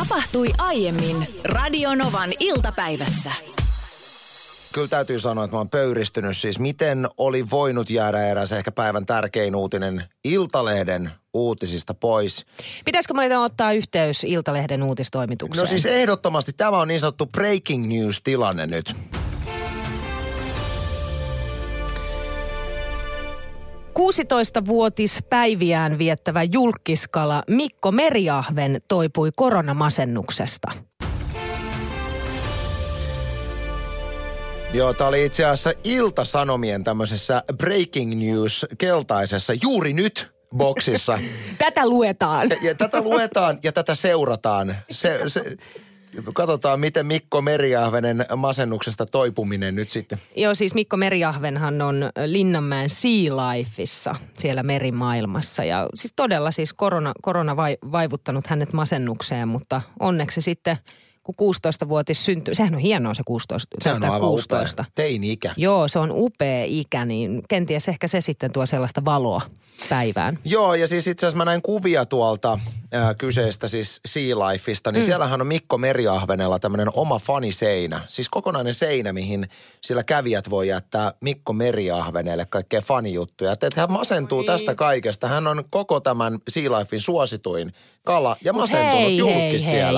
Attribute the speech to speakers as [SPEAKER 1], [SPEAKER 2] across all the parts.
[SPEAKER 1] Tapahtui aiemmin Radionovan iltapäivässä.
[SPEAKER 2] Kyllä täytyy sanoa, että mä oon pöyristynyt siis. Miten oli voinut jäädä eräs ehkä päivän tärkein uutinen Iltalehden uutisista pois?
[SPEAKER 3] Pitäisikö meidän ottaa yhteys Iltalehden uutistoimitukseen?
[SPEAKER 2] No siis ehdottomasti tämä on niin sanottu breaking news-tilanne nyt.
[SPEAKER 3] 16-vuotispäiviään viettävä julkkiskala Mikko Meriahven toipui koronamasennuksesta.
[SPEAKER 2] Joo, tämä oli itse asiassa Ilta-Sanomien tämmöisessä breaking news keltaisessa juuri nyt boksissa.
[SPEAKER 3] Tätä luetaan.
[SPEAKER 2] Ja tätä luetaan ja tätä seurataan. Katsotaan, miten Mikko Meriahvenen masennuksesta toipuminen nyt sitten.
[SPEAKER 3] Joo, siis Mikko Meriahvenhan on Linnanmäen Sea Lifeissa siellä merimaailmassa. Ja siis todella siis korona vaivuttanut hänet masennukseen, mutta onneksi sitten kun 16-vuotis syntyy. Sehän on hienoa se 16.
[SPEAKER 2] Sehän on aivan 16. Upea. Teini-ikä.
[SPEAKER 3] Joo, se on upea ikä, niin kenties ehkä se sitten tuo sellaista valoa päivään.
[SPEAKER 2] Joo, ja siis itse asiassa mä näin kuvia tuolta kyseistä siis Sea Lifeista, niin siellähän on Mikko Meriahvenella tämmöinen oma faniseinä. Siis kokonainen seinä, mihin sillä kävijät voi jättää Mikko Meriahvenelle kaikkea fanijuttuja. Että hän masentuu tästä kaikesta. Hän on koko tämän Sea Lifein suosituin kala ja masentunut julkis siellä.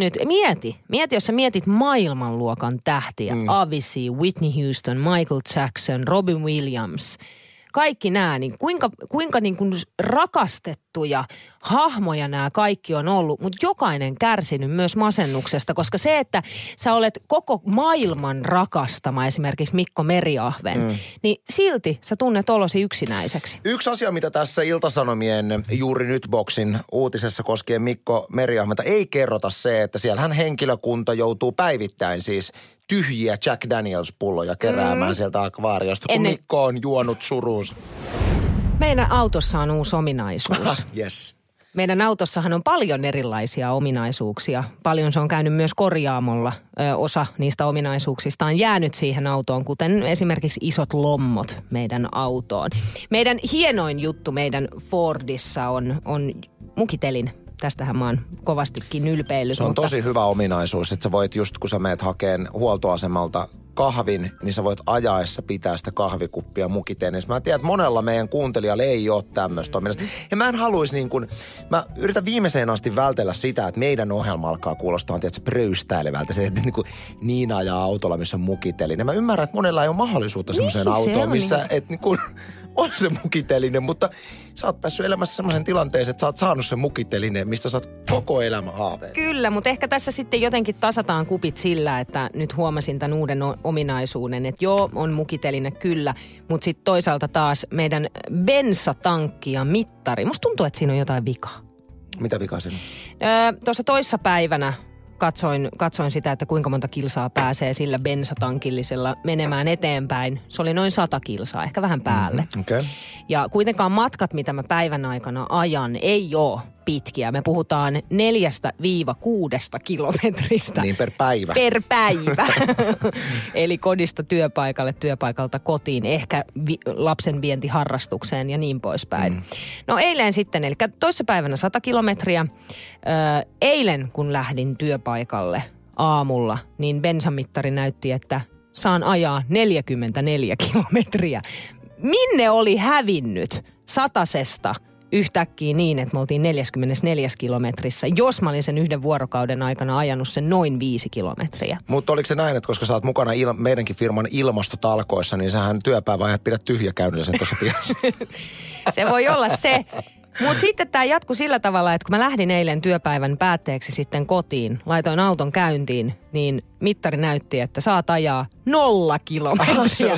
[SPEAKER 3] Mieti, jos sä mietit maailmanluokan tähtiä. Avicii, Whitney Houston, Michael Jackson, Robin Williams. Kaikki nämä, niin kuinka niin kuin rakastettuja hahmoja nämä kaikki on ollut, mutta jokainen kärsinyt myös masennuksesta, koska se, että sä olet koko maailman rakastama, esimerkiksi Mikko Meriahven, niin silti sä tunnet olosi yksinäiseksi.
[SPEAKER 2] Yksi asia, mitä tässä Ilta-Sanomien juuri nyt boksin uutisessa koskien Mikko Meriahventa ei kerrota se, että siellähän henkilökunta joutuu päivittäin siis tyhjiä Jack Daniels-pulloja keräämään sieltä akvaariosta, kun Mikko on juonut suruunsa.
[SPEAKER 3] Meidän autossa on uusi ominaisuus.
[SPEAKER 2] Yes.
[SPEAKER 3] Meidän autossahan on paljon erilaisia ominaisuuksia. Paljon se on käynyt myös korjaamolla. Osa niistä ominaisuuksista on jäänyt siihen autoon, kuten esimerkiksi isot lommot meidän autoon. Meidän hienoin juttu meidän Fordissa on mukitelin. Tästähän mä oon kovastikin ylpeillyt.
[SPEAKER 2] Se on tosi hyvä ominaisuus, että sä voit just kun sä meet hakeen huoltoasemalta kahvin, niin sä voit ajaessa pitää sitä kahvikuppia mukiteenissä. Mä tiedän, että monella meidän kuuntelijalla ei ole tämmöistä ominaisuutta. Ja mä en haluaisi niin kuin, mä yritän viimeiseen asti vältellä sitä, että meidän ohjelma alkaa kuulostaa, tiedätkö, pröystäilevältä. Se, että niin ajaa autolla, missä on mukitelin. Ja mä ymmärrän, että monella ei ole mahdollisuutta semmoiseen autoon, missä et niin kuin on se mukiteline, mutta sä oot päässyt elämässä semmoisen tilanteeseen, että sä oot saanut sen mukiteline, mistä sä oot koko elämä haaveen.
[SPEAKER 3] Kyllä, mutta ehkä tässä sitten jotenkin tasataan kupit sillä, että nyt huomasin tämän uuden ominaisuuden, että joo, on mukiteline kyllä, mutta sitten toisaalta taas meidän bensatankki ja mittari. Musta tuntuu, että siinä on jotain vikaa.
[SPEAKER 2] Mitä vikaa siinä
[SPEAKER 3] on? Tuossa toissa päivänä katsoin sitä, että kuinka monta kilsaa pääsee sillä bensatankillisella menemään eteenpäin. Se oli noin 100 kilsaa, ehkä vähän päälle.
[SPEAKER 2] Okay.
[SPEAKER 3] Ja kuitenkaan matkat, mitä mä päivän aikana ajan, ei ole pitkiä. Me puhutaan 4-6 kilometristä.
[SPEAKER 2] Niin per päivä.
[SPEAKER 3] Per päivä. Eli kodista työpaikalle, työpaikalta kotiin, ehkä lapsen vienti harrastukseen ja niin poispäin. No eilen sitten, eli toissapäivänä 100 kilometriä. Eilen, kun lähdin työpaikalle aamulla, niin bensamittari näytti, että saan ajaa 44 kilometriä. Minne oli hävinnyt 100:sta yhtäkkiä niin, että me oltiin 44 kilometrissä, jos mä olin sen yhden vuorokauden aikana ajanut sen noin 5 kilometriä.
[SPEAKER 2] Mutta oliko se näin, että koska sä oot mukana meidänkin firman ilmastotalkoissa, niin sähän työpäivä ajat pidät tyhjäkäynnillä sen tuossa pihassa.
[SPEAKER 3] Se voi olla se. Mutta sitten tämä jatkui sillä tavalla, että kun mä lähdin eilen työpäivän päätteeksi sitten kotiin, laitoin auton käyntiin, niin mittari näytti, että saat ajaa 0 kilometriä.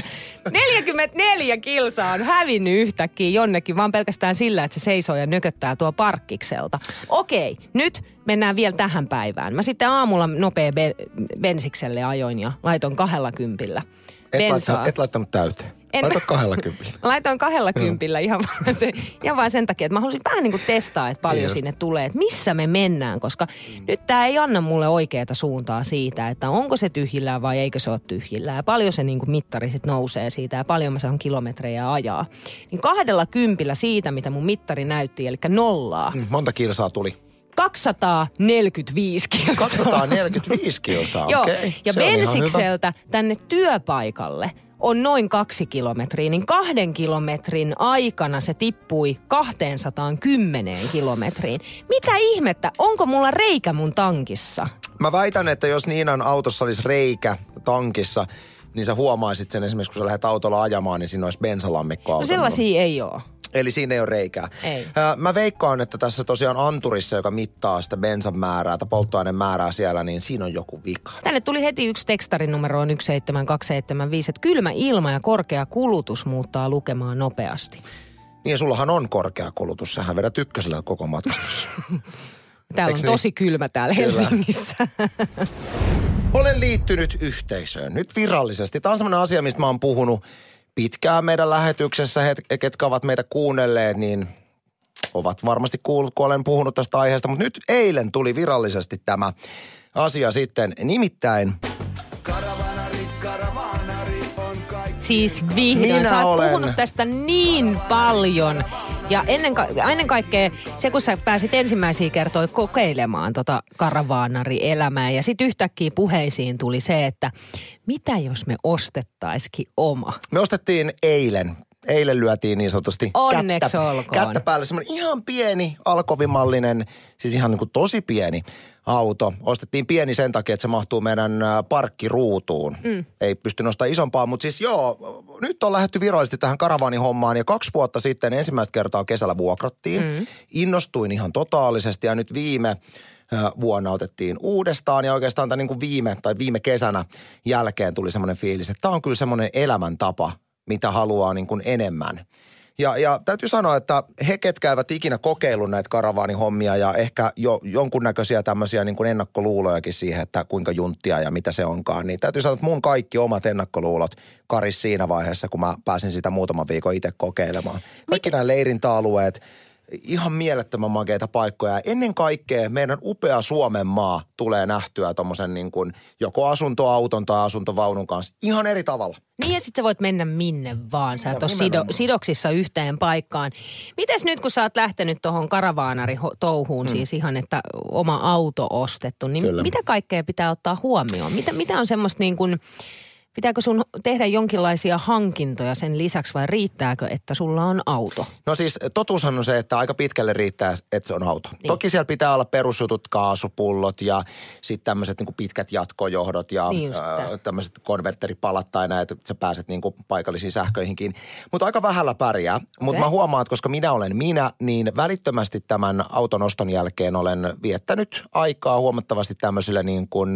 [SPEAKER 3] 44 kilsaa on hävinnyt yhtäkkiä jonnekin, vaan pelkästään sillä, että se seisoo ja nököttää tuo parkkikselta. Okei, nyt mennään vielä tähän päivään. Mä sitten aamulla nopea bensikselle ajoin ja laitoin 20 bensaa.
[SPEAKER 2] Et laittanut täyteen. Laitat 20.
[SPEAKER 3] Laitoin 20 ihan vaan sen takia, että mä halusin vähän niin kuin testaa, että paljon sinne tulee, että missä me mennään, koska nyt tää ei anna mulle oikeata suuntaa siitä, että onko se tyhjillään vai eikö se ole tyhjillään. Ja paljon se niin kuin mittari sit nousee siitä ja paljon mä saan kilometrejä ajaa. Niin 20 siitä, mitä mun mittari näytti, eli 0.
[SPEAKER 2] Monta kilsaa tuli?
[SPEAKER 3] 245 kilsaa.
[SPEAKER 2] 245 kilsaa,
[SPEAKER 3] Joo,
[SPEAKER 2] okei.
[SPEAKER 3] ja
[SPEAKER 2] Se on ihan
[SPEAKER 3] Bensikseltä tänne työpaikalle on noin 2 kilometriä, niin 2 kilometrin aikana se tippui 210 kilometriin. Mitä ihmettä? Onko mulla reikä mun tankissa?
[SPEAKER 2] Mä väitän, että jos Niinan autossa olisi reikä tankissa, niin sä huomaisit sen esimerkiksi, kun sä lähdet autolla ajamaan, niin siinä olisi bensalammikko
[SPEAKER 3] No sellaisia ei ole.
[SPEAKER 2] Eli siinä ei ole reikää.
[SPEAKER 3] Ei.
[SPEAKER 2] Mä veikkaan, että tässä tosiaan anturissa, joka mittaa sitä bensan määrää tai polttoaineen määrää siellä, niin siinä on joku vika.
[SPEAKER 3] Tänne tuli heti yksi tekstarin numeroon 17275, että kylmä ilma ja korkea kulutus muuttaa lukemaan nopeasti.
[SPEAKER 2] Niin ja sullahan on korkea kulutus. Sähän vedät ykkösellä koko matkassa.
[SPEAKER 3] Täällä on tosi kylmä täällä Helsingissä.
[SPEAKER 2] Olen liittynyt yhteisöön nyt virallisesti. Tämä on sellainen asia, mistä mä oon puhunut pitkään meidän lähetyksessä. He, ketkä ovat meitä kuunnelleet, niin ovat varmasti kuullut, kun olen puhunut tästä aiheesta. Mutta nyt eilen tuli virallisesti tämä asia sitten. Nimittäin
[SPEAKER 3] Siis vihdoin. Sä oot puhunut tästä niin paljon. Ja ennen kaikkea se, kun sä pääsit ensimmäisiä kertoja kokeilemaan karavaanarielämää ja sitten yhtäkkiä puheisiin tuli se, että mitä jos me ostettaisikin oma?
[SPEAKER 2] Me ostettiin eilen. Eilen lyötiin niin sanotusti kättä päälle. Semmoinen ihan pieni alkovimallinen, siis ihan niin kuin tosi pieni auto. Ostettiin pieni sen takia, että se mahtuu meidän parkkiruutuun. Ei pysty nostamaan isompaa, mutta siis joo, nyt on lähdetty virallisesti tähän karavaanihommaan. Ja 2 vuotta sitten ensimmäistä kertaa kesällä vuokrattiin. Innostuin ihan totaalisesti ja nyt viime vuonna otettiin uudestaan. Ja oikeastaan tämän niin kuin viime kesänä jälkeen tuli semmoinen fiilis, että tämä on kyllä semmoinen elämäntapa, mitä haluaa niin kuin enemmän. Ja täytyy sanoa, että he, ketkä eivät ikinä kokeillut näitä karavaanihommia ja ehkä jo jonkunnäköisiä tämmöisiä niin kuin ennakkoluulojakin siihen, että kuinka junttia ja mitä se onkaan, niin täytyy sanoa, että mun kaikki omat ennakkoluulot karis siinä vaiheessa, kun mä pääsin sitä muutaman viikon itse kokeilemaan. Kaikki nämä leirintäalueet, ihan mielettömän makeita paikkoja. Ennen kaikkea meidän upea Suomen maa tulee nähtyä tommosen niin kuin joko asuntoauton tai asuntovaunun kanssa ihan eri tavalla.
[SPEAKER 3] Niin ja sit sä voit mennä minne vaan. Sä et ole sidoksissa yhteen paikkaan. Mites nyt kun sä oot lähtenyt tuohon karavaanari-touhuun, siis ihan että oma auto ostettu, niin kyllä, mitä kaikkea pitää ottaa huomioon? Mitä on semmoista niin kuin, pitääkö sun tehdä jonkinlaisia hankintoja sen lisäksi vai riittääkö, että sulla on auto? No siis
[SPEAKER 2] totuushan on se, että aika pitkälle riittää, että se on auto. Niin. Toki siellä pitää olla perusjutut, kaasupullot ja sitten tämmöiset niinku pitkät jatkojohdot ja niin tämmöiset konverteripalat tai näin, että sä pääset niinku paikallisiin sähköihinkin. Mutta aika vähällä pärjää. Mutta mä huomaan, että koska minä olen niin välittömästi tämän auton oston jälkeen olen viettänyt aikaa huomattavasti tämmöisillä niin kuin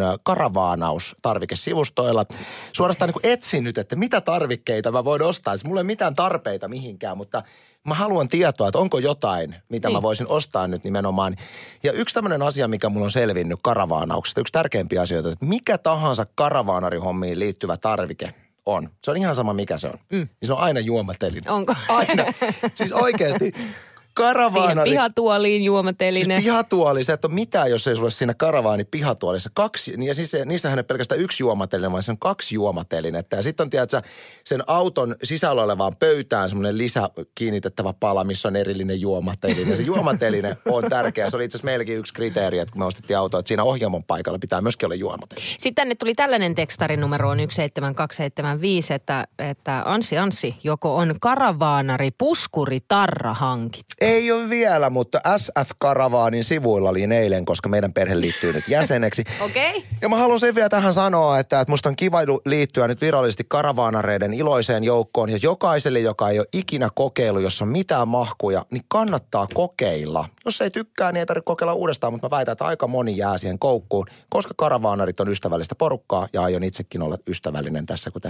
[SPEAKER 2] karavaanaustarvikesivustoilla. Suorastaan niin kuin etsin nyt, että mitä tarvikkeita mä voin ostaa. Mulla ei ole mitään tarpeita mihinkään, mutta mä haluan tietoa, että onko jotain, mitä mä voisin ostaa nyt nimenomaan. Ja yksi tämmöinen asia, mikä mulla on selvinnyt karavaanauksesta, yksi tärkeimpiä asioita, että mikä tahansa karavaanarihommiin liittyvä tarvike on. Se on ihan sama, mikä se on. Niin se on aina juomatelinen.
[SPEAKER 3] Onko?
[SPEAKER 2] Aina. Siis oikeasti. Karavaanari.
[SPEAKER 3] Siihen pihatuoliin juomatelinen.
[SPEAKER 2] Siis pihatuoli, se et ole mitään, jos ei sulle siinä karavaani pihatuolissa 2, ja siis niissähän ei pelkästään 1 juomatelinen, vaan se on 2 juomatelinettä. Ja sitten on, tiedätkö, sen auton sisällä olevaan pöytään semmoinen lisäkiinnitettävä pala, missä on erillinen juomateline. Se juomateline on tärkeä. Se oli itse asiassa meilläkin yksi kriteeri, että kun me ostettiin autoa, että siinä ohjelman paikalla pitää myöskin olla juomateline.
[SPEAKER 3] Sitten tänne tuli tällainen tekstarin numero on 17275, että Anssi, joko on karavaanari puskuri tarra hankittu?
[SPEAKER 2] Ei ole vielä, mutta SF-karavaanin sivuilla olin eilen, koska meidän perhe liittyy nyt jäseneksi.
[SPEAKER 3] Okei.
[SPEAKER 2] Ja mä haluan sen vielä tähän sanoa, että musta on kiva liittyä nyt virallisesti karavaanareiden iloiseen joukkoon. Ja jokaiselle, joka ei ole ikinä kokeillut, jos on mitään mahkuja, niin kannattaa kokeilla. Jos ei tykkää, niin ei tarvitse kokeilla uudestaan, mutta mä väitän, että aika moni jää siihen koukkuun, koska karavaanarit on ystävällistä porukkaa ja aion itsekin olla ystävällinen tässä, kun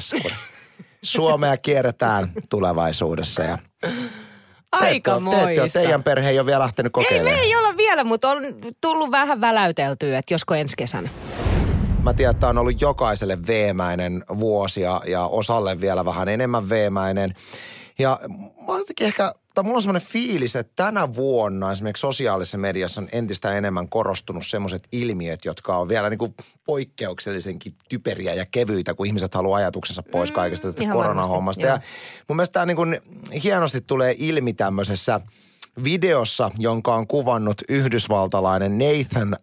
[SPEAKER 2] Suomea kierretään tulevaisuudessa ja
[SPEAKER 3] aikamoista.
[SPEAKER 2] Teidän perhe ei ole vielä lähtenyt kokeilemaan.
[SPEAKER 3] Ei olla vielä, mutta on tullut vähän väläyteltyä, että josko ensi kesänä.
[SPEAKER 2] Mä tiedän, että on ollut jokaiselle veemäinen vuosi ja osalle vielä vähän enemmän veemäinen. Ja mä jotenkin mulla on semmoinen fiilis, että tänä vuonna esimerkiksi sosiaalisessa mediassa on entistä enemmän korostunut semmoiset ilmiöt, jotka on vielä niin kuin poikkeuksellisenkin typeriä ja kevyitä, kun ihmiset haluaa ajatuksensa pois kaikesta tästä koronahommasta. Ja mun mielestä tämä niin kuin hienosti tulee ilmi tämmöisessä videossa, jonka on kuvannut yhdysvaltalainen Nathan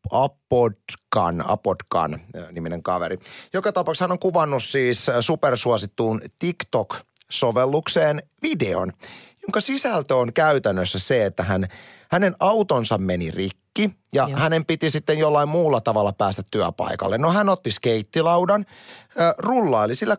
[SPEAKER 2] Apodkan niminen kaveri. Joka tapauksessa hän on kuvannut siis supersuosittuun TikTok-sovellukseen videon, jonka sisältö on käytännössä se, että hänen autonsa meni rikki ja hänen piti sitten jollain muulla tavalla päästä työpaikalle. No hän otti skeittilaudan, rullaili sillä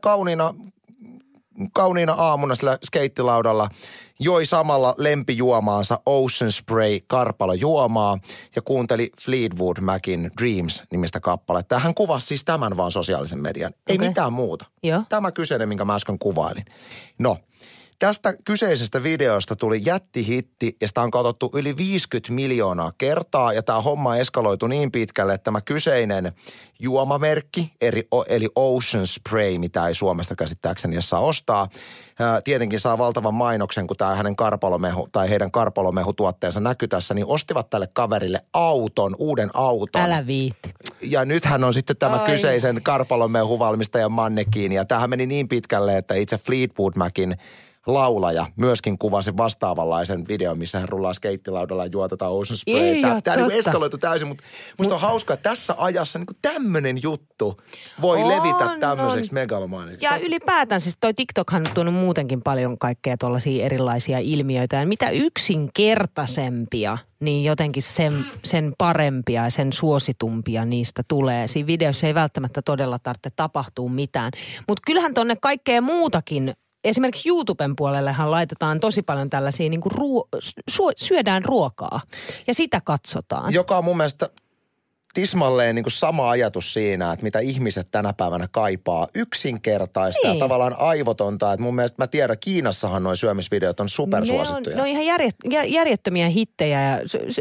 [SPEAKER 2] kauniina aamuna sillä skeittilaudalla, joi samalla lempijuomaansa Ocean Spray karpalojuomaa ja kuunteli Fleetwood Macin Dreams-nimistä kappaletta. Hän kuvasi siis tämän vaan sosiaalisen median. Ei mitään muuta.
[SPEAKER 3] Joo.
[SPEAKER 2] Tämä kyseinen, minkä mä äsken kuvailin. No, tästä kyseisestä videosta tuli jättihitti ja sitä on katsottu yli 50 miljoonaa kertaa ja tämä homma eskaloitu niin pitkälle, että tämä kyseinen juomamerkki, eli Ocean Spray, mitä ei Suomesta käsittääkseni saa ostaa, tietenkin saa valtavan mainoksen, kun tämä hänen heidän karpalomehutuotteensa näkyy tässä, niin ostivat tälle kaverille uuden auton.
[SPEAKER 3] Älä viitti.
[SPEAKER 2] Ja nythän on sitten tämä kyseisen karpalomehuvalmistajan mannekiini ja tämähän meni niin pitkälle, että itse Fleetwood Macin laulaja myöskin kuvasi vastaavanlaisen videon, missä hän rullaa skeittilaudalla ja juo Ocean Spray. Tämä niin eskaloitu täysin, mutta musta on hauskaa, että tässä ajassa niin tämmöinen juttu voi levitä tämmöiseksi megalomaaniseksi.
[SPEAKER 3] Ja ylipäätään siis toi TikTokhan on tuonut muutenkin paljon kaikkea tuollaisia erilaisia ilmiöitä. Ja mitä yksinkertaisempia, niin jotenkin sen parempia ja sen suositumpia niistä tulee. Siinä videossa ei välttämättä todella tarvitse tapahtua mitään. Mutta kyllähän tonne kaikkea muutakin. Esimerkiksi YouTuben puolellehan laitetaan tosi paljon tällaisia, niin kuin syödään ruokaa ja sitä katsotaan.
[SPEAKER 2] Joka on mun mielestä tismalleen niin kuin sama ajatus siinä, että mitä ihmiset tänä päivänä kaipaa. Yksinkertaista ja tavallaan aivotonta. Että mun mielestä mä tiedän, Kiinassahan nuo syömisvideot on supersuosittuja.
[SPEAKER 3] Ne on ihan järjettömiä hittejä ja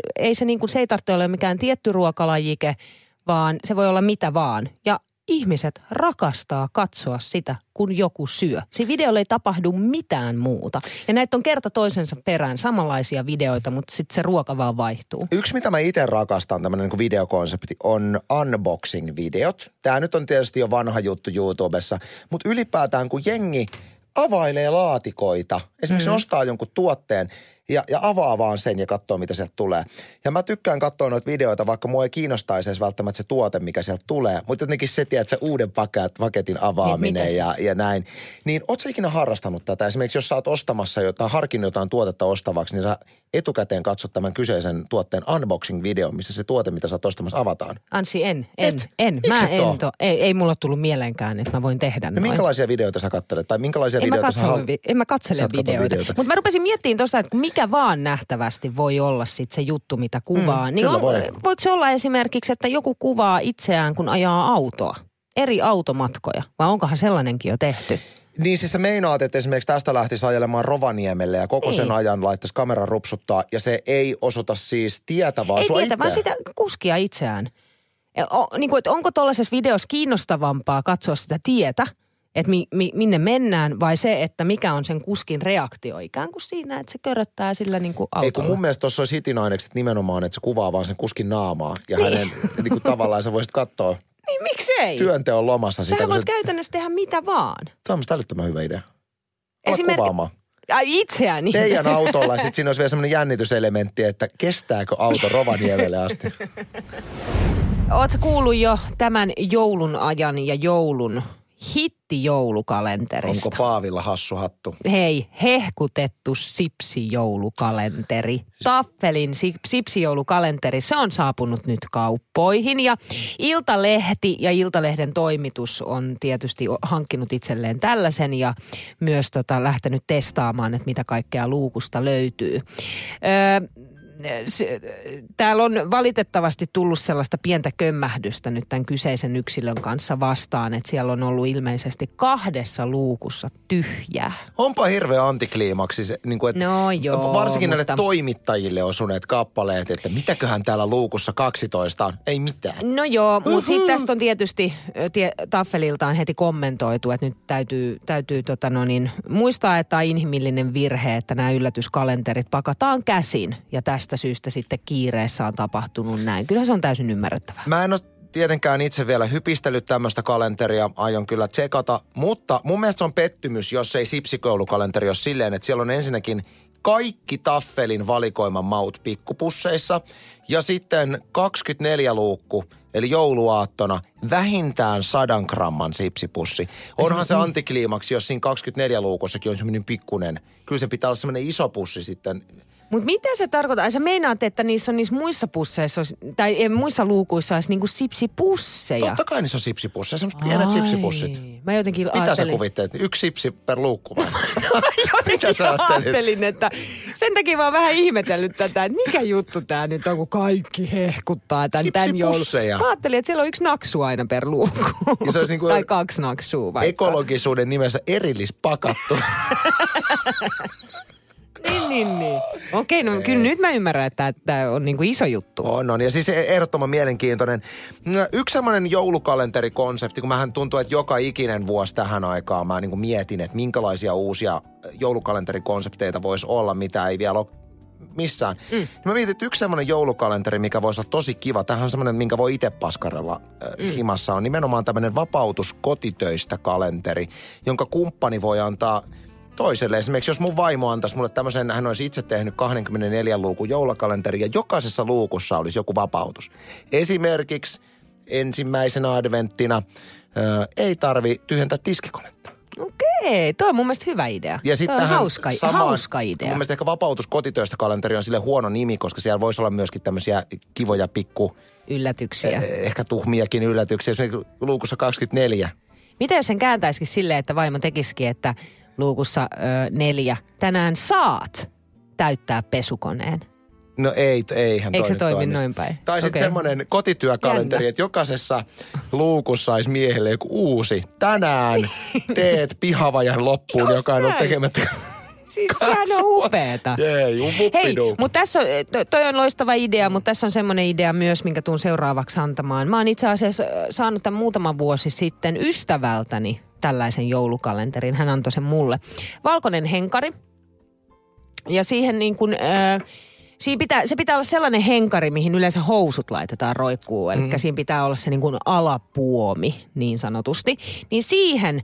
[SPEAKER 3] se ei tarvitse olla mikään tietty ruokalajike, vaan se voi olla mitä vaan. Ja ihmiset rakastaa katsoa sitä, kun joku syö. Siinä videolla ei tapahdu mitään muuta. Ja näitä on kerta toisensa perään samanlaisia videoita, mutta sitten se ruoka vaan vaihtuu. Yksi, mitä
[SPEAKER 2] mä itse rakastan, tämmöinen niin videokonsepti, on unboxing-videot. Tämä nyt on tietysti jo vanha juttu YouTubessa, mutta ylipäätään kun jengi availee laatikoita, esimerkiksi ostaa jonkun tuotteen ja avaa vaan sen ja katsoo, mitä sieltä tulee. Ja mä tykkään katsoa noita videoita, vaikka mua ei kiinnostaisi edes välttämättä se tuote, mikä sieltä tulee. Mutta jotenkin se, tiedät, se uuden paketin avaaminen ja näin. Niin ootko sä ikinä harrastanut tätä? Esimerkiksi jos sä oot ostamassa harkinnut jotain tuotetta ostavaksi, niin sä etukäteen katsot tämän kyseisen tuotteen unboxing-videon, missä se tuote, mitä sä oot ostamassa, avataan.
[SPEAKER 3] Ansi, en. Ei mulla tullut mieleenkään, että mä voin tehdä noin.
[SPEAKER 2] Minkälaisia videoita sä katselet? Tai minkälaisia videoita
[SPEAKER 3] En mä katsele videoita. Mutta mä rupesin miettimään tuossa, että mikä vaan nähtävästi voi olla sit se juttu, mitä kuvaa. Niin voiko se olla esimerkiksi, että joku kuvaa itseään, kun ajaa autoa? Eri automatkoja. Vai onkohan sellainenkin jo tehty?
[SPEAKER 2] Niin siis sä meinaat, että esimerkiksi tästä lähtisi ajelemaan Rovaniemelle ja koko sen ajan laittaisi kameran rupsuttaa ja se ei osoita siis tietä, vaan sua itseään.
[SPEAKER 3] Vaan sitä kuskia itseään. Että onko tuollaisessa videossa kiinnostavampaa katsoa sitä tietä, että minne mennään, vai se, että mikä on sen kuskin reaktio ikään kuin siinä, että se köröttää sillä niin kuin autolla.
[SPEAKER 2] Ei kun mun mielestä tuossa olisi hitinainekset nimenomaan, että se kuvaa vaan sen kuskin naamaa ja hänen niin kuin tavallaan sä voisit katsoa.
[SPEAKER 3] Niin miksei?
[SPEAKER 2] Työnteon lomassa sitä.
[SPEAKER 3] Sähän voit käytännössä tehdä mitä vaan.
[SPEAKER 2] Tämä on musta älyttömän hyvä idea. Kuvaamaan.
[SPEAKER 3] Itseäni.
[SPEAKER 2] Teidän autolla, sitten siinä olisi vielä semmoinen jännityselementti, että kestääkö auto Rovaniemelle asti.
[SPEAKER 3] Ootko kuullut jo tämän joulun ajan ja joulun hittijoulukalenterista?
[SPEAKER 2] Onko Paavilla hassu hattu?
[SPEAKER 3] Hei, hehkutettu sipsijoulukalenteri. Taffelin sipsijoulukalenteri, se on saapunut nyt kauppoihin ja Iltalehti ja Iltalehden toimitus on tietysti hankkinut itselleen tällaisen ja myös lähtenyt testaamaan, että mitä kaikkea luukusta löytyy. Täällä on valitettavasti tullut sellaista pientä kömmähdystä nyt tämän kyseisen yksilön kanssa vastaan, että siellä on ollut ilmeisesti 2 luukussa tyhjää.
[SPEAKER 2] Onpa hirveä antikliimaksi se, niin kuin, että
[SPEAKER 3] no joo,
[SPEAKER 2] varsinkin näille toimittajille osuneet kappaleet, että mitäköhän täällä luukussa 12 on, ei mitään.
[SPEAKER 3] No joo, mutta sitten tästä on tietysti Taffeliltaan heti kommentoitu, että nyt täytyy muistaa, että on inhimillinen virhe, että nämä yllätyskalenterit pakataan käsin ja tästä syystä sitten kiireessä on tapahtunut näin. Kyllä se on täysin ymmärrettävää.
[SPEAKER 2] Mä en ole tietenkään itse vielä hypistellyt tämmöistä kalenteria, aion kyllä tsekata, mutta mun mielestä se on pettymys, jos ei sipsikoulukalenteri ole silleen, että siellä on ensinnäkin kaikki Taffelin valikoiman maut pikkupusseissa ja sitten 24 luukku, eli jouluaattona, vähintään 100 gramman sipsipussi. Onhan se antikliimaksi, jos siinä 24 luukossakin on semmoinen pikkunen. Kyllä se pitää olla semmoinen iso pussi sitten.
[SPEAKER 3] Mutta mitä se tarkoittaa? Ai sä meinaat, että niissä on niissä muissa pusseissa, tai muissa luukuissa olisi niinku sipsipusseja?
[SPEAKER 2] Totta kai niissä on sipsipusseja, semmoiset pienet sipsipussit.
[SPEAKER 3] Mä jotenkin
[SPEAKER 2] Mitä
[SPEAKER 3] ajattelin...
[SPEAKER 2] sä kuvitteet? 1 sipsi per luukku vai?
[SPEAKER 3] Jotenkin ajattelin, että sen takia mä oon vähän ihmetellyt tätä, että mikä juttu tää nyt on, kun kaikki hehkuttaa tän joulun. Mä ajattelin, että siellä on 1 naksu aina per luukku. Niinku tai 2 naksua vaikka.
[SPEAKER 2] Ekologisuuden nimessä erillispakattu.
[SPEAKER 3] Niin. Okei, no kyllä nyt mä ymmärrän, että tämä on niinku iso juttu.
[SPEAKER 2] On. Ja siis ehdottoman mielenkiintoinen. Yksi semmoinen joulukalenterikonsepti, kun mähän tuntuu, että joka ikinen vuosi tähän aikaan mä niinku mietin, että minkälaisia uusia joulukalenterikonsepteita voisi olla, mitä ei vielä ole missään. Mä mietin, että yksi semmoinen joulukalenteri, mikä voisi olla tosi kiva, tämähän on semmoinen, minkä voi itse paskarella himassa, on nimenomaan tämmöinen vapautus kotitöistä kalenteri, jonka kumppani voi antaa toiselle. Esimerkiksi jos mun vaimo antaisi mulle tämmöisen, hän olisi itse tehnyt 24 luukun joulukalenteri ja jokaisessa luukussa olisi joku vapautus. Esimerkiksi ensimmäisenä adventtina ei tarvi tyhjentää tiskikonetta.
[SPEAKER 3] Okei, toi on mun mielestä hyvä idea.
[SPEAKER 2] Ja sitten
[SPEAKER 3] on hauska idea.
[SPEAKER 2] Mun mielestä ehkä vapautus kotitöistä kalenteri on sille huono nimi, koska siellä voisi olla myöskin tämmöisiä kivoja yllätyksiä. Ehkä tuhmiakin yllätyksiä. Esimerkiksi luukussa 24.
[SPEAKER 3] Mitä jos sen kääntäisikin silleen, että vaimo tekisikin, että luukussa 4. Tänään saat täyttää pesukoneen.
[SPEAKER 2] No eihän
[SPEAKER 3] eikö se toimi noin päin?
[SPEAKER 2] Tai sitten semmoinen kotityökalenteri, että jokaisessa luukussa olisi miehelle joku uusi. Tänään teet pihavajan loppuun, joka on ollut tekemättä.
[SPEAKER 3] Siis sehän on upeeta. Hei, mutta tässä on, toi on loistava idea, mutta tässä on semmoinen idea myös, minkä tuun seuraavaksi antamaan. Mä oon itse asiassa saanut tämän muutama vuosi sitten ystävältäni tällaisen joulukalenterin. Hän antoi sen mulle. Valkoinen henkari. Ja siihen niin kuin... se pitää olla sellainen henkari, mihin yleensä housut laitetaan roikkuu. Eli siinä pitää olla se niin kuin alapuomi, niin sanotusti. Niin siihen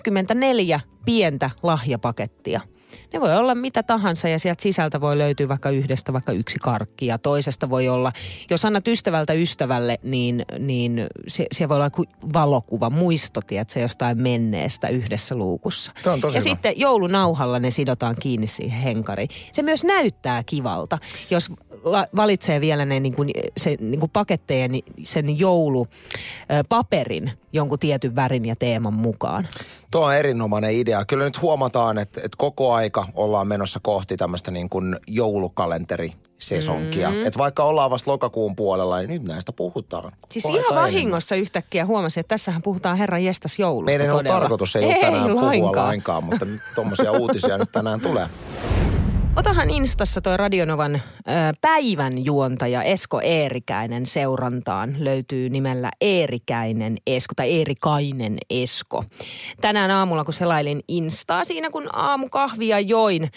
[SPEAKER 3] 24 pientä lahjapakettia. Ne voi olla mitä tahansa ja sieltä sisältä voi löytyä vaikka yhdestä vaikka 1 karkki ja toisesta voi olla, jos annat ystävältä ystävälle, niin siellä voi olla valokuva, muisto, tiedätkö, jostain menneestä yhdessä luukussa.
[SPEAKER 2] Tämä on tosi
[SPEAKER 3] ja
[SPEAKER 2] hyvä.
[SPEAKER 3] Sitten joulunauhalla ne sidotaan kiinni siihen henkariin. Se myös näyttää kivalta, jos valitsee vielä ne niin kuin paketteja, niin sen joulupaperin jonkun tietyn värin ja teeman mukaan.
[SPEAKER 2] Tuo on erinomainen idea. Kyllä nyt huomataan, että koko aika ollaan menossa kohti tämmöistä niin kuin joulukalenterisesonkia. Että vaikka ollaan vasta lokakuun puolella, niin nyt näistä puhutaan.
[SPEAKER 3] Siis ihan vahingossa yhtäkkiä huomasin, että tässähän puhutaan herran jestas joulusta.
[SPEAKER 2] Meidän
[SPEAKER 3] todella.
[SPEAKER 2] on tarkoitus ei ole tänään puhua lainkaan, mutta nyt tommosia uutisia nyt tänään tulee.
[SPEAKER 3] Otahan Instassa toi Radionovan päivän juontaja Esko Eerikäinen seurantaan. Löytyy nimellä Eerikäinen Esko tai Eerikäinen Esko. Tänään aamulla kun selailin Instaa siinä kun aamukahvia join,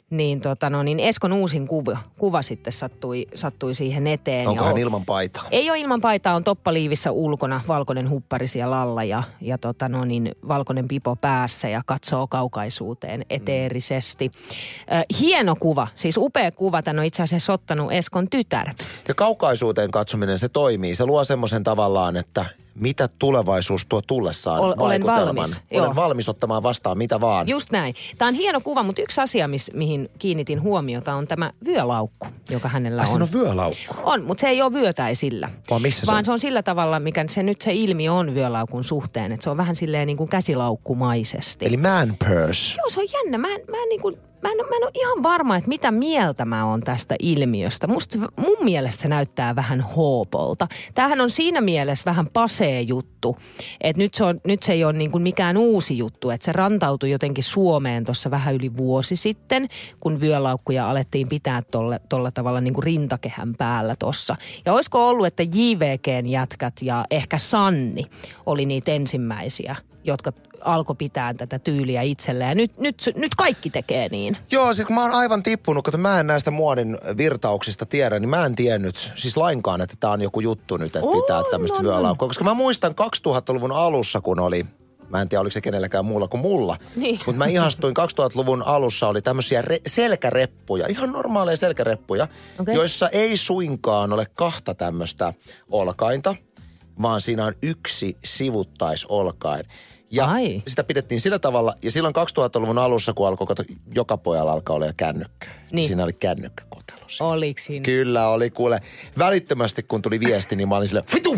[SPEAKER 3] niin Eskon uusin kuva sitten sattui siihen eteen.
[SPEAKER 2] Onko hän ilman paitaa? Ei
[SPEAKER 3] ole ilman paitaa, on toppaliivissä ulkona, valkoinen huppari siellä alla ja valkoinen pipo päässä ja katsoo kaukaisuuteen eteerisesti. Hieno kuva, siis upea kuva. Tän on itse asiassa ottanut Eskon tytär.
[SPEAKER 2] Ja kaukaisuuteen katsominen se toimii. Se luo semmoisen tavallaan, että mitä tulevaisuus tuo tullessaan vaikutelman. Olen valmis ottamaan vastaan mitä vaan.
[SPEAKER 3] Just näin. Tämä on hieno kuva, mutta yksi asia, mihin kiinnitin huomiota, on tämä vyölaukku, joka hänellä on.
[SPEAKER 2] Se on vyölaukku?
[SPEAKER 3] On, mutta se ei ole vyötäisillä.
[SPEAKER 2] Vaan
[SPEAKER 3] se on sillä tavalla, mikä se ilmi on vyölaukun suhteen, että se on vähän silleen niin kuin käsilaukkumaisesti.
[SPEAKER 2] Eli man purse.
[SPEAKER 3] Joo, se on jännä. Mä en ole ihan varma, että mitä mieltä mä oon tästä ilmiöstä. Mun mielestä se näyttää vähän hoopolta. Tämähän on siinä mielessä vähän pasee juttu, että nyt se ei ole niin kuin mikään uusi juttu, että se rantautui jotenkin Suomeen tuossa vähän yli vuosi sitten, kun vyölaukkuja alettiin pitää tolla tavalla niin kuin rintakehän päällä tuossa. Ja olisiko ollut, että JVGn jätkät ja ehkä Sanni oli niitä ensimmäisiä, jotka alkoi pitää tätä tyyliä itselleen. Ja nyt kaikki tekee niin.
[SPEAKER 2] Joo, siis kun mä oon aivan tippunut, kun mä en näistä muodin virtauksista tiedä, niin mä en tiennyt siis lainkaan, että tää on joku juttu nyt, että pitää tämmöistä vyölaukkua. Koska mä muistan 2000-luvun alussa, kun oli Mä en tiedä, oliko se kenelläkään muulla kuin mulla.
[SPEAKER 3] Niin.
[SPEAKER 2] Mutta mä ihastuin 2000-luvun alussa, oli tämmöisiä selkäreppuja, ihan normaaleja selkäreppuja, joissa ei suinkaan ole kahta tämmöistä olkainta, vaan siinä on yksi sivuttaisolkain. Ja sitä pidettiin sillä tavalla, ja silloin 2000-luvun alussa, kun alkoi, joka pojalla alkaa olla jo kännykkä. Niin. Siinä oli kännykkäkotelo.
[SPEAKER 3] Oliko siinä?
[SPEAKER 2] Kyllä oli, kuule. Välittömästi, kun tuli viesti, niin mä olin silleen, fitu!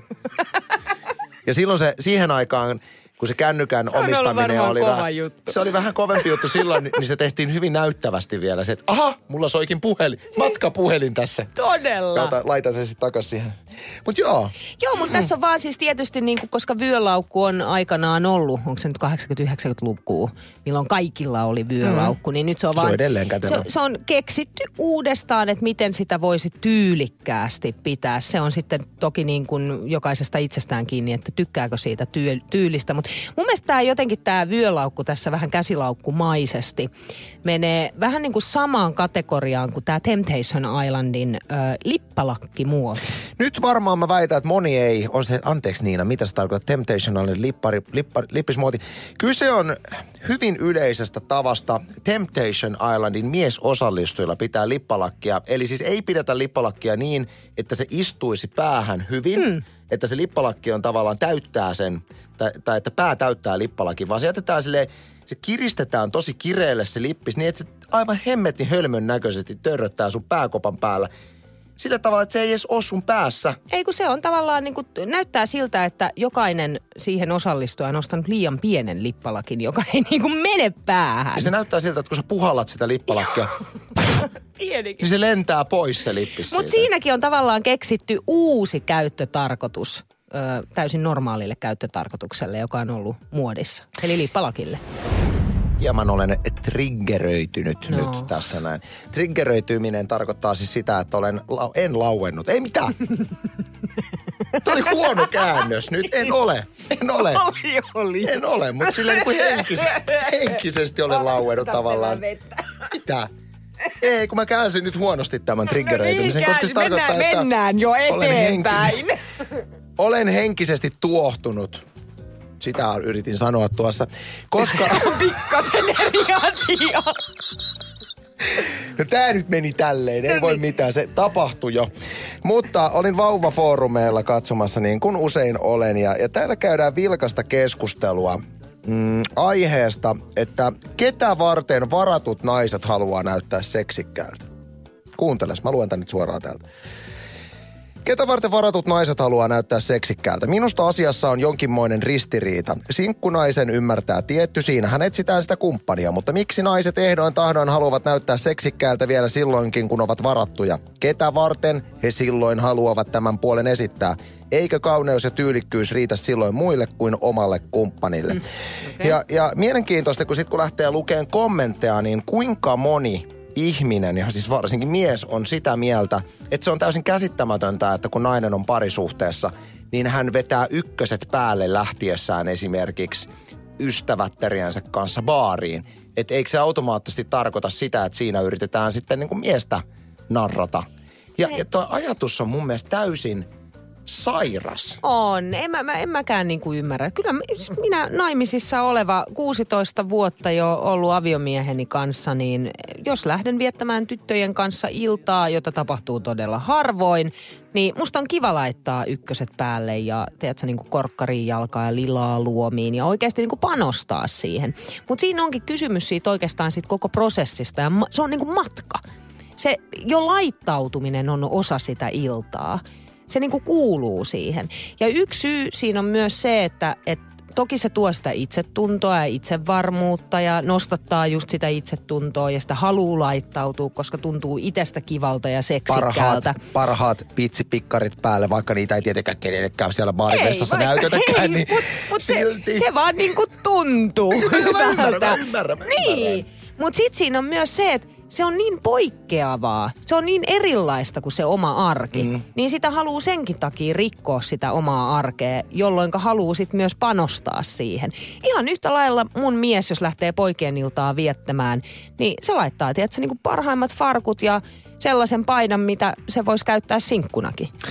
[SPEAKER 2] Ja silloin siihen aikaan, kun se kännykän omistaminen oli
[SPEAKER 3] se
[SPEAKER 2] oli vähän kovempi juttu silloin, niin se tehtiin hyvin näyttävästi vielä. Se, että aha, mulla soikin puhelin, matkapuhelin tässä.
[SPEAKER 3] Todella.
[SPEAKER 2] Laitan sen sitten takaisin siihen. Mut joo.
[SPEAKER 3] Joo, mutta tässä on vaan siis tietysti, niin kuin, koska vyölaukku on aikanaan ollut, onko se nyt 80-90-lukua, milloin kaikilla oli vyölaukku, niin nyt se on vaan...
[SPEAKER 2] Se on edelleen kätevä.
[SPEAKER 3] Se on keksitty uudestaan, että miten sitä voisi tyylikkäästi pitää. Se on sitten toki niin kuin jokaisesta itsestään kiinni, että tykkääkö siitä tyylistä. Mutta mun mielestä tämä vyölaukku tässä vähän käsilaukkumaisesti menee vähän niin kuin samaan kategoriaan kuin tämä Temptation Islandin lippalakkimuoto.
[SPEAKER 2] Nyt varmaan mä väitän, että moni ei, on se, anteeksi Niina, mitä se tarkoittaa, Temptation Islandin lippismuoti. Kyse on hyvin yleisestä tavasta Temptation Islandin miesosallistujilla pitää lippalakkia. Eli siis ei pidetä lippalakkia niin, että se istuisi päähän hyvin, että se lippalakki on tavallaan täyttää sen, tai että pää täyttää lippalakin, vaan se jätetään silleen, se kiristetään tosi kireelle se lippis niin, että se aivan hemmetin hölmön näköisesti törröttää sun pääkopan päällä. Sillä tavalla, että se ei edes ole sun päässä.
[SPEAKER 3] Ei, kun se on tavallaan niin kuin, näyttää siltä, että jokainen siihen osallistuja on ostanut liian pienen lippalakin, joka ei niin kuin mene päähän.
[SPEAKER 2] Ja se näyttää siltä, että kun sä puhallat sitä lippalakkia, niin se lentää pois se lippis.
[SPEAKER 3] Mutta siinäkin on tavallaan keksitty uusi käyttötarkoitus täysin normaalille käyttötarkoitukselle, joka on ollut muodissa. Eli lippalakille.
[SPEAKER 2] Hieman olen triggeröitynyt nyt tässä näin. Triggeröityminen tarkoittaa siis sitä, että en lauennut. Ei mitään. Tämä oli huono käännös nyt. En ole.
[SPEAKER 3] Oli.
[SPEAKER 2] En ole, mutta silleen niin kuin henkisesti olen lauennut tavallaan. Mitä? Ei, kun mä käänsin nyt huonosti tämän triggeröitymisen, koska se tarkoittaa, että
[SPEAKER 3] mennään jo eteenpäin.
[SPEAKER 2] Olen henkisesti tuohtunut. Sitä yritin sanoa tuossa, koska...
[SPEAKER 3] Pikkasen eri asia.
[SPEAKER 2] No tää nyt meni tälleen, ei voi mitään, se tapahtui jo. Mutta olin vauvafoorumeilla katsomassa niin kuin usein olen ja täällä käydään vilkasta keskustelua aiheesta, että ketä varten varatut naiset haluaa näyttää seksikkäältä. Kuunteles, mä luen tän nyt suoraan täältä. Ketä varten varatut naiset haluaa näyttää seksikkäältä? Minusta asiassa on jonkinmoinen ristiriita. Sinkkunaisen ymmärtää tietty, siinähän etsitään sitä kumppania, mutta miksi naiset ehdoin tahdoin haluavat näyttää seksikkäältä vielä silloinkin, kun ovat varattuja? Ketä varten he silloin haluavat tämän puolen esittää? Eikö kauneus ja tyylikkyys riitä silloin muille kuin omalle kumppanille? Okay. Ja mielenkiintoista, kun lähtee lukemaan kommentteja, niin kuinka moni ihminen, ja siis varsinkin mies, on sitä mieltä, että se on täysin käsittämätöntä, että kun nainen on parisuhteessa, niin hän vetää ykköset päälle lähtiessään esimerkiksi ystävättäriensä kanssa baariin. Että eikö se automaattisesti tarkoita sitä, että siinä yritetään sitten niin kuin miestä narrata. Ja tuo ajatus on mun mielestä täysin sairas.
[SPEAKER 3] On. En mäkään niinku ymmärrä. Kyllä minä naimisissa oleva 16 vuotta jo ollut aviomieheni kanssa, niin jos lähden viettämään tyttöjen kanssa iltaa, jota tapahtuu todella harvoin, niin musta on kiva laittaa ykköset päälle ja teetkö niinku korkkariin jalkaa ja lilaa luomiin ja oikeasti niinku panostaa siihen. Mutta siinä onkin kysymys siitä oikeastaan siitä koko prosessista ja se on niinku matka. Se jo laittautuminen on osa sitä iltaa. Se niinku kuuluu siihen. Ja yksi syy siinä on myös se, että toki se tuo sitä itsetuntoa ja itsevarmuutta ja nostattaa just sitä itsetuntoa ja sitä haluu laittautua, koska tuntuu itsestä kivalta ja seksikkäältä.
[SPEAKER 2] Parhaat pitsipikkarit päälle, vaikka niitä ei tietenkään kenellekään siellä baarivessassa näytetäkään. Niin
[SPEAKER 3] mutta se vaan niinku tuntuu.
[SPEAKER 2] Ymmärrän.
[SPEAKER 3] Niin, mutta sitten siinä on myös se, että se on niin poikkeavaa, se on niin erilaista kuin se oma arki, niin sitä haluaa senkin takia rikkoa sitä omaa arkea, jolloin haluaa sitten myös panostaa siihen. Ihan yhtä lailla mun mies, jos lähtee poikien iltaa viettämään, niin se laittaa, tiedätkö, niin kuin parhaimmat farkut ja sellaisen paidan, mitä se voisi käyttää sinkkunakin.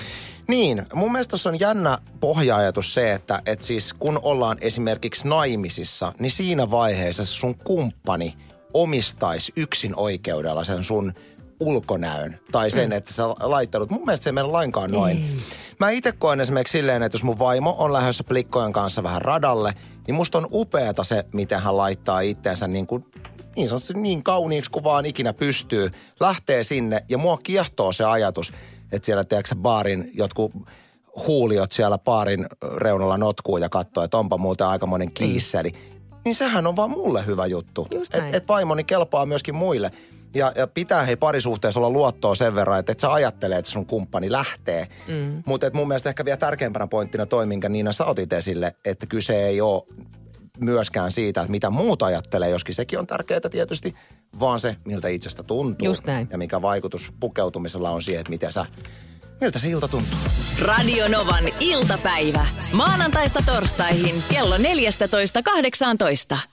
[SPEAKER 2] Niin, mun mielestä tässä on jännä pohja-ajatus se, että siis kun ollaan esimerkiksi naimisissa, niin siinä vaiheessa sun kumppani omistaisi yksin oikeudella sen sun ulkonäön. Tai sen, että sä laittanut. Mun mielestä se ei mene lainkaan noin. Mä itse koen esimerkiksi silleen, että jos mun vaimo on lähdössä plikkojen kanssa vähän radalle, niin musta on upeata se, miten hän laittaa itteensä niin sanotusti niin kauniiksi kuin vaan ikinä pystyy. Lähtee sinne ja mua kiehtoo se ajatus, että siellä tiedätkö baarin jotkut huuliot siellä baarin reunalla notkuu ja katsoo, että onpa muuten aikamoinen kiisseli. Niin sehän on vaan mulle hyvä juttu. Että vaimoni kelpaa myöskin muille. Ja pitää parisuhteessa olla luottoa sen verran, että et sä ajattelee, että sun kumppani lähtee. Mutta mun mielestä ehkä vielä tärkeimpänä pointtina toi, minkä Niina sä otit esille, että kyse ei ole myöskään siitä, että mitä muut ajattelee, joskin sekin on tärkeää tietysti, vaan se, miltä itsestä tuntuu.
[SPEAKER 3] Just näin.
[SPEAKER 2] Ja mikä vaikutus pukeutumisella on siihen, että miltä se ilta tuntuu.
[SPEAKER 1] Radio Novan iltapäivä. Maanantaista torstaihin kello 14.18.